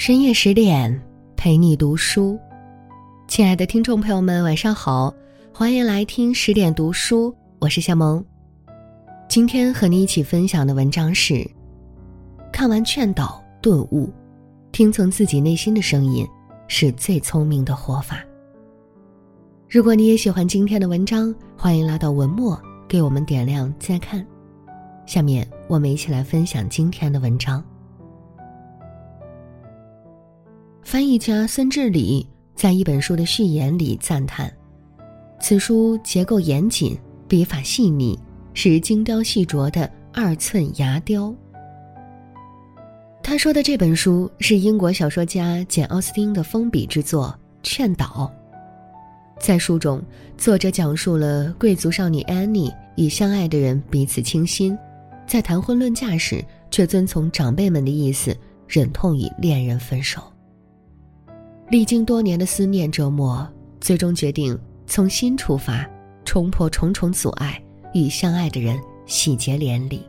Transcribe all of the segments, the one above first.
深夜10点陪你读书。亲爱的听众朋友们晚上好，欢迎来听10点读书，我是夏萌。今天和你一起分享的文章是看完劝导顿悟，听从自己内心的声音是最聪明的活法。如果你也喜欢今天的文章，欢迎来到文末给我们点亮再看。下面我们一起来分享今天的文章。翻译家孙志礼在一本书的序言里赞叹，此书结构严谨，笔法细腻，是精雕细琢的2寸牙雕。他说的这本书是英国小说家简·奥斯汀的封笔之作《劝导》。在书中，作者讲述了贵族少女安妮与相爱的人彼此倾心，在谈婚论嫁时却遵从长辈们的意思，忍痛与恋人分手。历经多年的思念折磨，最终决定从心出发，冲破重重阻碍，与相爱的人喜结连理。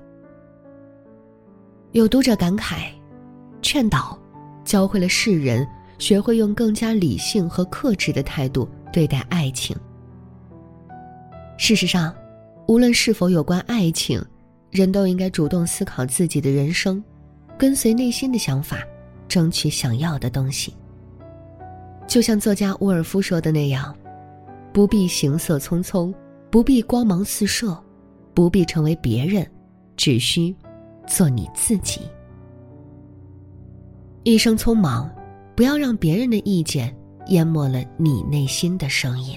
有读者感慨，劝导教会了世人学会用更加理性和克制的态度对待爱情。事实上，无论是否有关爱情，人都应该主动思考自己的人生，跟随内心的想法，争取想要的东西。就像作家沃尔夫说的那样，不必行色匆匆，不必光芒四射，不必成为别人，只需做你自己。一生匆忙，不要让别人的意见淹没了你内心的声音。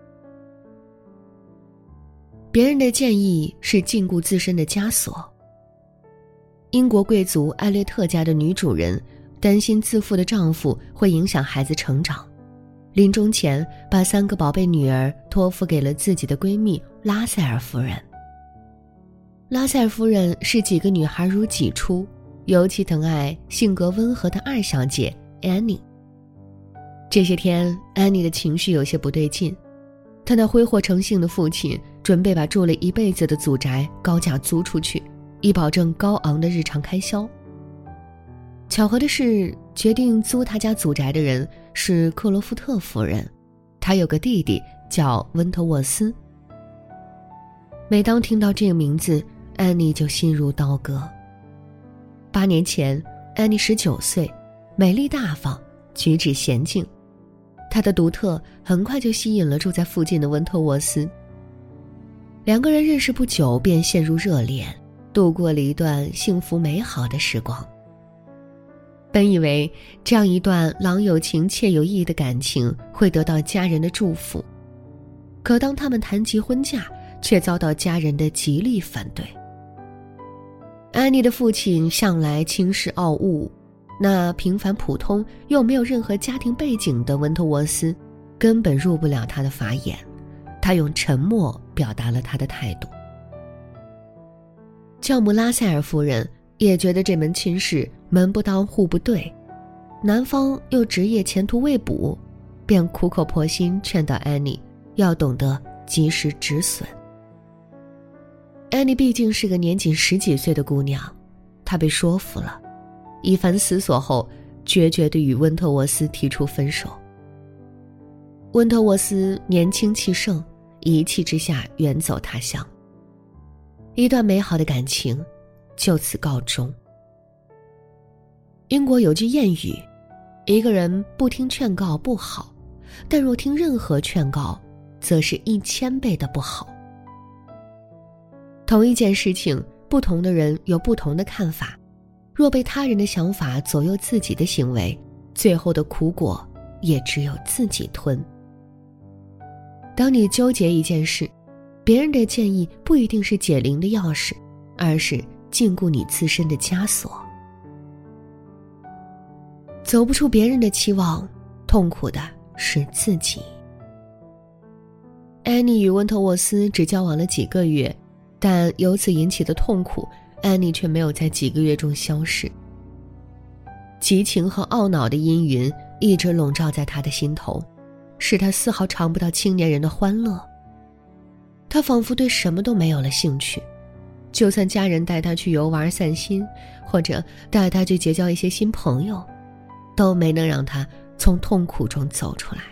别人的建议是禁锢自身的枷锁。英国贵族艾略特家的女主人担心自负的丈夫会影响孩子成长，临终前把3个宝贝女儿托付给了自己的闺蜜拉塞尔夫人。拉塞尔夫人是几个女孩如己出，尤其疼爱性格温和的2小姐安妮。这些天，安妮的情绪有些不对劲，她那挥霍成性的父亲准备把住了一辈子的祖宅高价租出去，以保证高昂的日常开销。巧合的是，决定租他家祖宅的人是克罗夫特夫人，她有个弟弟叫温特沃斯。每当听到这个名字，安妮就心如刀割。8年前，安妮19岁，美丽大方，举止娴静。她的独特很快就吸引了住在附近的温特沃斯。2个人认识不久便陷入热恋，度过了一段幸福美好的时光。本以为这样一段郎有情妾有意的感情会得到家人的祝福，可当他们谈及婚嫁，却遭到家人的极力反对。安妮的父亲向来轻视傲物，那平凡普通又没有任何家庭背景的温特沃斯根本入不了他的法眼，他用沉默表达了他的态度。教母拉塞尔夫人也觉得这门亲事门不当户不对，男方又职业前途未卜，便苦口婆心劝导安妮要懂得及时止损。安妮毕竟是个年仅10几岁的姑娘，她被说服了，一番思索后决绝地与温特沃斯提出分手。温特沃斯年轻气盛，一气之下远走他乡，一段美好的感情就此告终。英国有句谚语，一个人不听劝告不好，但若听任何劝告，则是1000倍的不好。同一件事情，不同的人有不同的看法，若被他人的想法左右自己的行为，最后的苦果也只有自己吞。当你纠结一件事，别人的建议不一定是解铃的钥匙，而是禁锢你自身的枷锁。走不出别人的期望，痛苦的是自己。安妮与温特沃斯只交往了几个月，但由此引起的痛苦，安妮却没有在几个月中消逝。激情和懊恼的阴云一直笼罩在她的心头，使她丝毫尝不到青年人的欢乐。她仿佛对什么都没有了兴趣，就算家人带她去游玩散心，或者带她去结交一些新朋友， 都没能让他从痛苦中走出来。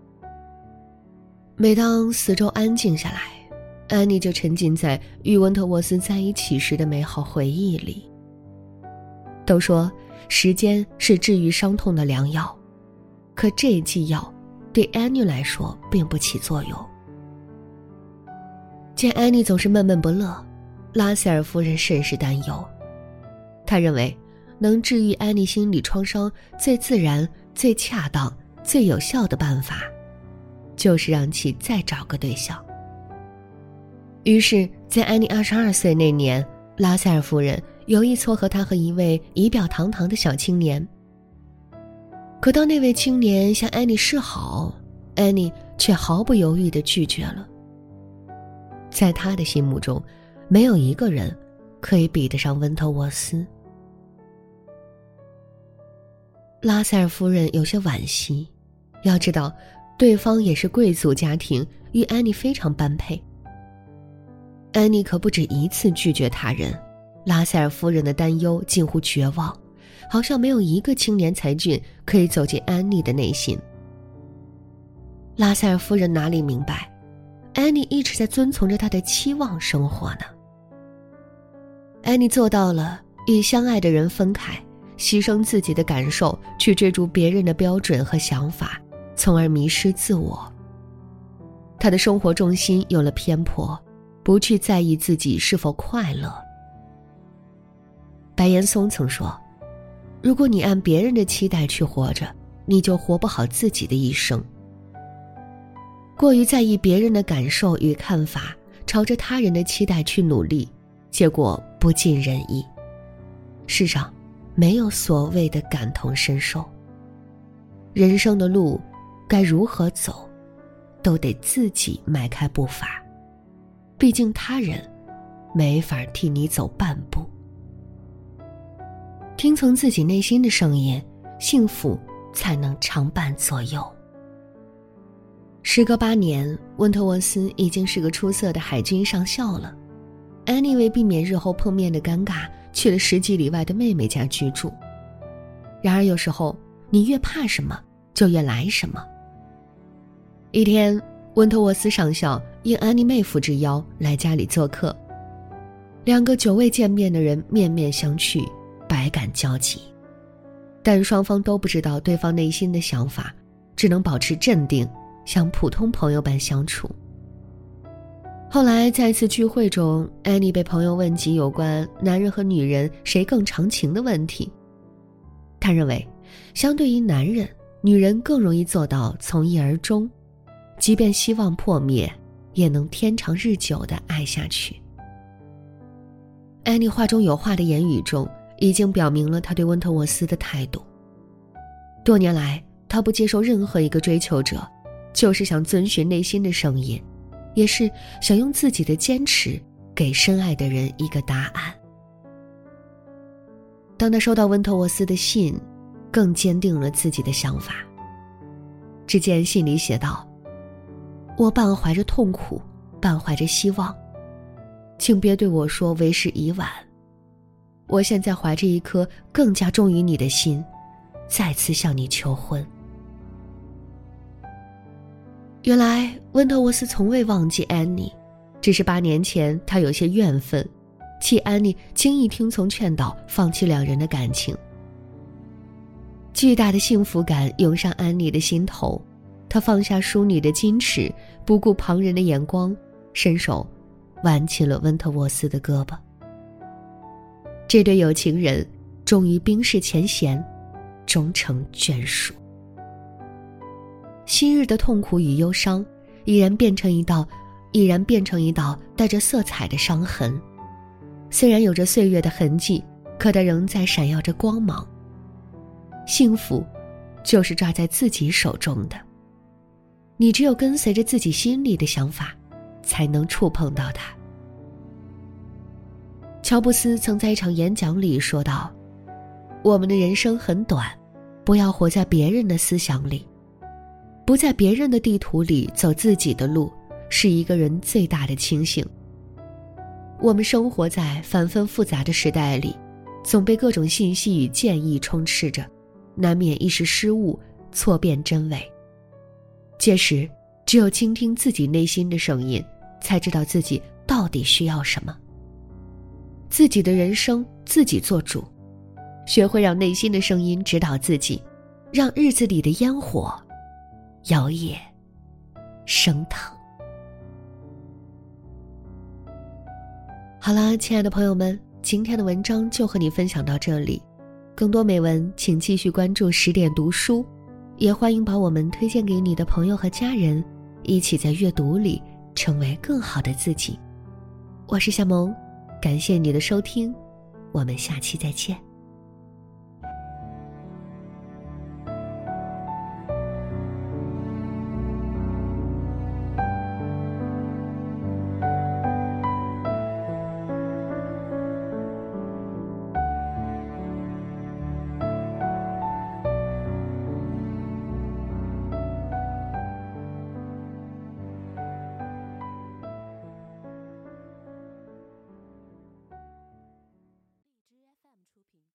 每当四周安静下来，安妮就沉浸在与温特沃斯在一起时的美好回忆里。都说时间是治愈伤痛的良药，可这剂药对安妮来说并不起作用。见安妮总是闷闷不乐，拉塞尔夫人甚是担忧。她认为能治愈安妮心理创伤最自然、最恰当、最有效的办法，就是让其再找个对象。于是在安妮22岁那年，拉塞尔夫人有意撮合她和一位仪表堂堂的小青年。可当那位青年向安妮示好，安妮却毫不犹豫地拒绝了。在她的心目中，没有一个人可以比得上温特沃斯。拉塞尔夫人有些惋惜，要知道对方也是贵族家庭，与安妮非常般配。安妮可不止一次拒绝他人，拉塞尔夫人的担忧近乎绝望，好像没有一个青年才俊可以走进安妮的内心。拉塞尔夫人哪里明白，安妮一直在遵从着她的期望生活呢？安妮做到了与相爱的人分开，牺牲自己的感受去追逐别人的标准和想法，从而迷失自我。她的生活重心有了偏颇，不去在意自己是否快乐。白岩松曾说，如果你按别人的期待去活着，你就活不好自己的一生。过于在意别人的感受与看法，朝着他人的期待去努力，结果不尽人意。世上没有所谓的感同身受，人生的路该如何走，都得自己迈开步伐，毕竟他人没法替你走半步。听从自己内心的声音，幸福才能常伴左右。时隔8年，温特沃斯已经是个出色的海军上校了。安妮为避免日后碰面的尴尬，去了10几里外的妹妹家居住。然而有时候，你越怕什么，就越来什么。一天，温特沃斯上校应安妮妹夫之邀来家里做客，2个久未见面的人面面相觑，百感交集。但双方都不知道对方内心的想法，只能保持镇定，像普通朋友般相处。后来在一次聚会中，安妮被朋友问及有关男人和女人谁更长情的问题。她认为，相对于男人，女人更容易做到从一而终，即便希望破灭，也能天长日久地爱下去。安妮话中有话的言语中，已经表明了她对温特沃斯的态度。多年来，她不接受任何一个追求者，就是想遵循内心的声音，也是想用自己的坚持给深爱的人一个答案。当他收到温特沃斯的信，更坚定了自己的想法。只见信里写道：我半怀着痛苦，半怀着希望，请别对我说为时已晚。我现在怀着一颗更加忠于你的心，再次向你求婚。原来温特沃斯从未忘记安妮，只是8年前他有些怨愤，气安妮轻易听从劝导，放弃2人的感情。巨大的幸福感涌上安妮的心头，她放下淑女的矜持，不顾旁人的眼光，伸手挽起了温特沃斯的胳膊。这对有情人终于冰释前嫌，终成眷属。昔日的痛苦与忧伤已然变成一道带着色彩的伤痕，虽然有着岁月的痕迹，可它仍在闪耀着光芒。幸福就是抓在自己手中的，你只有跟随着自己心里的想法，才能触碰到它。乔布斯曾在一场演讲里说道，我们的人生很短，不要活在别人的思想里，不在别人的地图里走自己的路，是一个人最大的清醒。我们生活在繁纷复杂的时代里，总被各种信息与建议充斥着， 难免一时失误，错辨真伪。届时，只有倾听自己内心的声音，才知道自己到底需要什么。自己的人生自己做主，学会让内心的声音指导自己，让日子里的烟火摇曳升腾。好啦，亲爱的朋友们，今天的文章就和你分享到这里。更多美文请继续关注10点读书，也欢迎把我们推荐给你的朋友和家人，一起在阅读里成为更好的自己。我是夏萌，感谢你的收听，我们下期再见。